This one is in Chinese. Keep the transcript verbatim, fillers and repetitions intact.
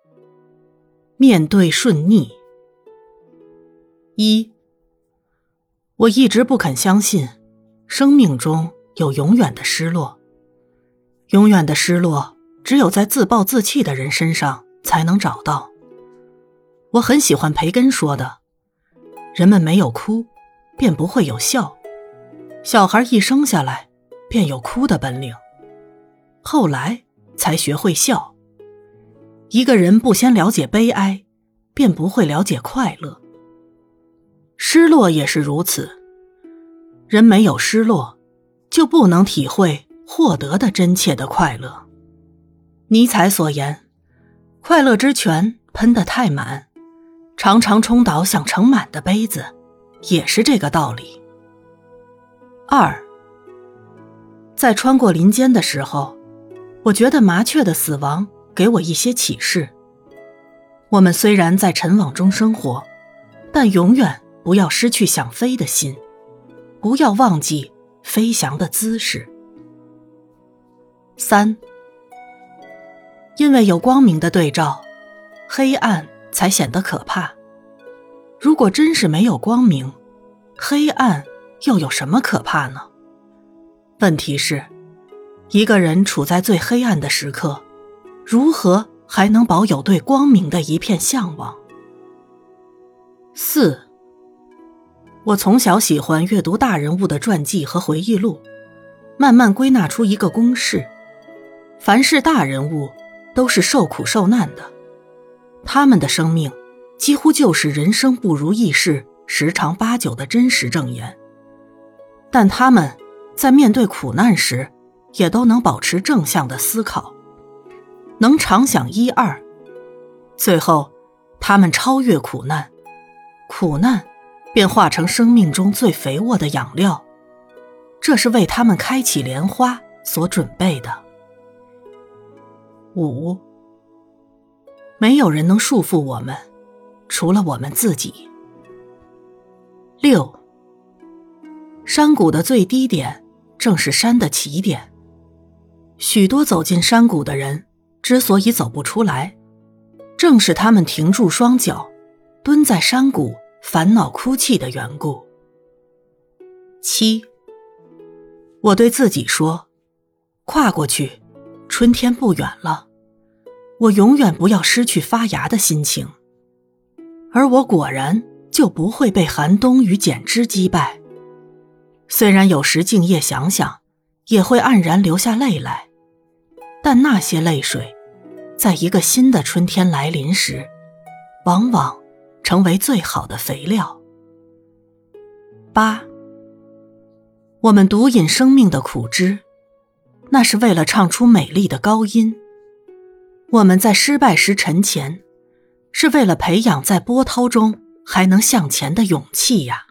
面对顺逆。一，我一直不肯相信生命中有永远的失落，永远的失落只有在自暴自弃的人身上才能找到。我很喜欢培根说的，人们没有哭便不会有笑，小孩一生下来便有哭的本领，后来才学会笑。一个人不先了解悲哀，便不会了解快乐。失落也是如此，人没有失落，就不能体会获得的真切的快乐。尼采所言，快乐之泉喷得太满，常常冲倒想盛满的杯子，也是这个道理。二，在穿过林间的时候，我觉得麻雀的死亡给我一些启示。我们虽然在尘网中生活，但永远不要失去想飞的心，不要忘记飞翔的姿势。三，因为有光明的对照，黑暗才显得可怕。如果真是没有光明，黑暗又有什么可怕呢？问题是，一个人处在最黑暗的时刻，如何还能保有对光明的一片向往？四，我从小喜欢阅读大人物的传记和回忆录，慢慢归纳出一个公式：凡是大人物都是受苦受难的，他们的生命几乎就是人生不如意事十常八九的真实证言。但他们在面对苦难时，也都能保持正向的思考，能常想一二，最后他们超越苦难，苦难便化成生命中最肥沃的养料，这是为他们开启莲花所准备的。五，没有人能束缚我们，除了我们自己。六，山谷的最低点正是山的起点。许多走进山谷的人之所以走不出来，正是他们停住双脚，蹲在山谷烦恼哭泣的缘故。七，我对自己说，跨过去，春天不远了，我永远不要失去发芽的心情。而我果然就不会被寒冬与剪枝击败。虽然有时静夜想想，也会黯然流下泪来，但那些泪水，在一个新的春天来临时，往往成为最好的肥料。八，我们独饮生命的苦汁，那是为了唱出美丽的高音。我们在失败时沉潜，是为了培养在波涛中还能向前的勇气呀。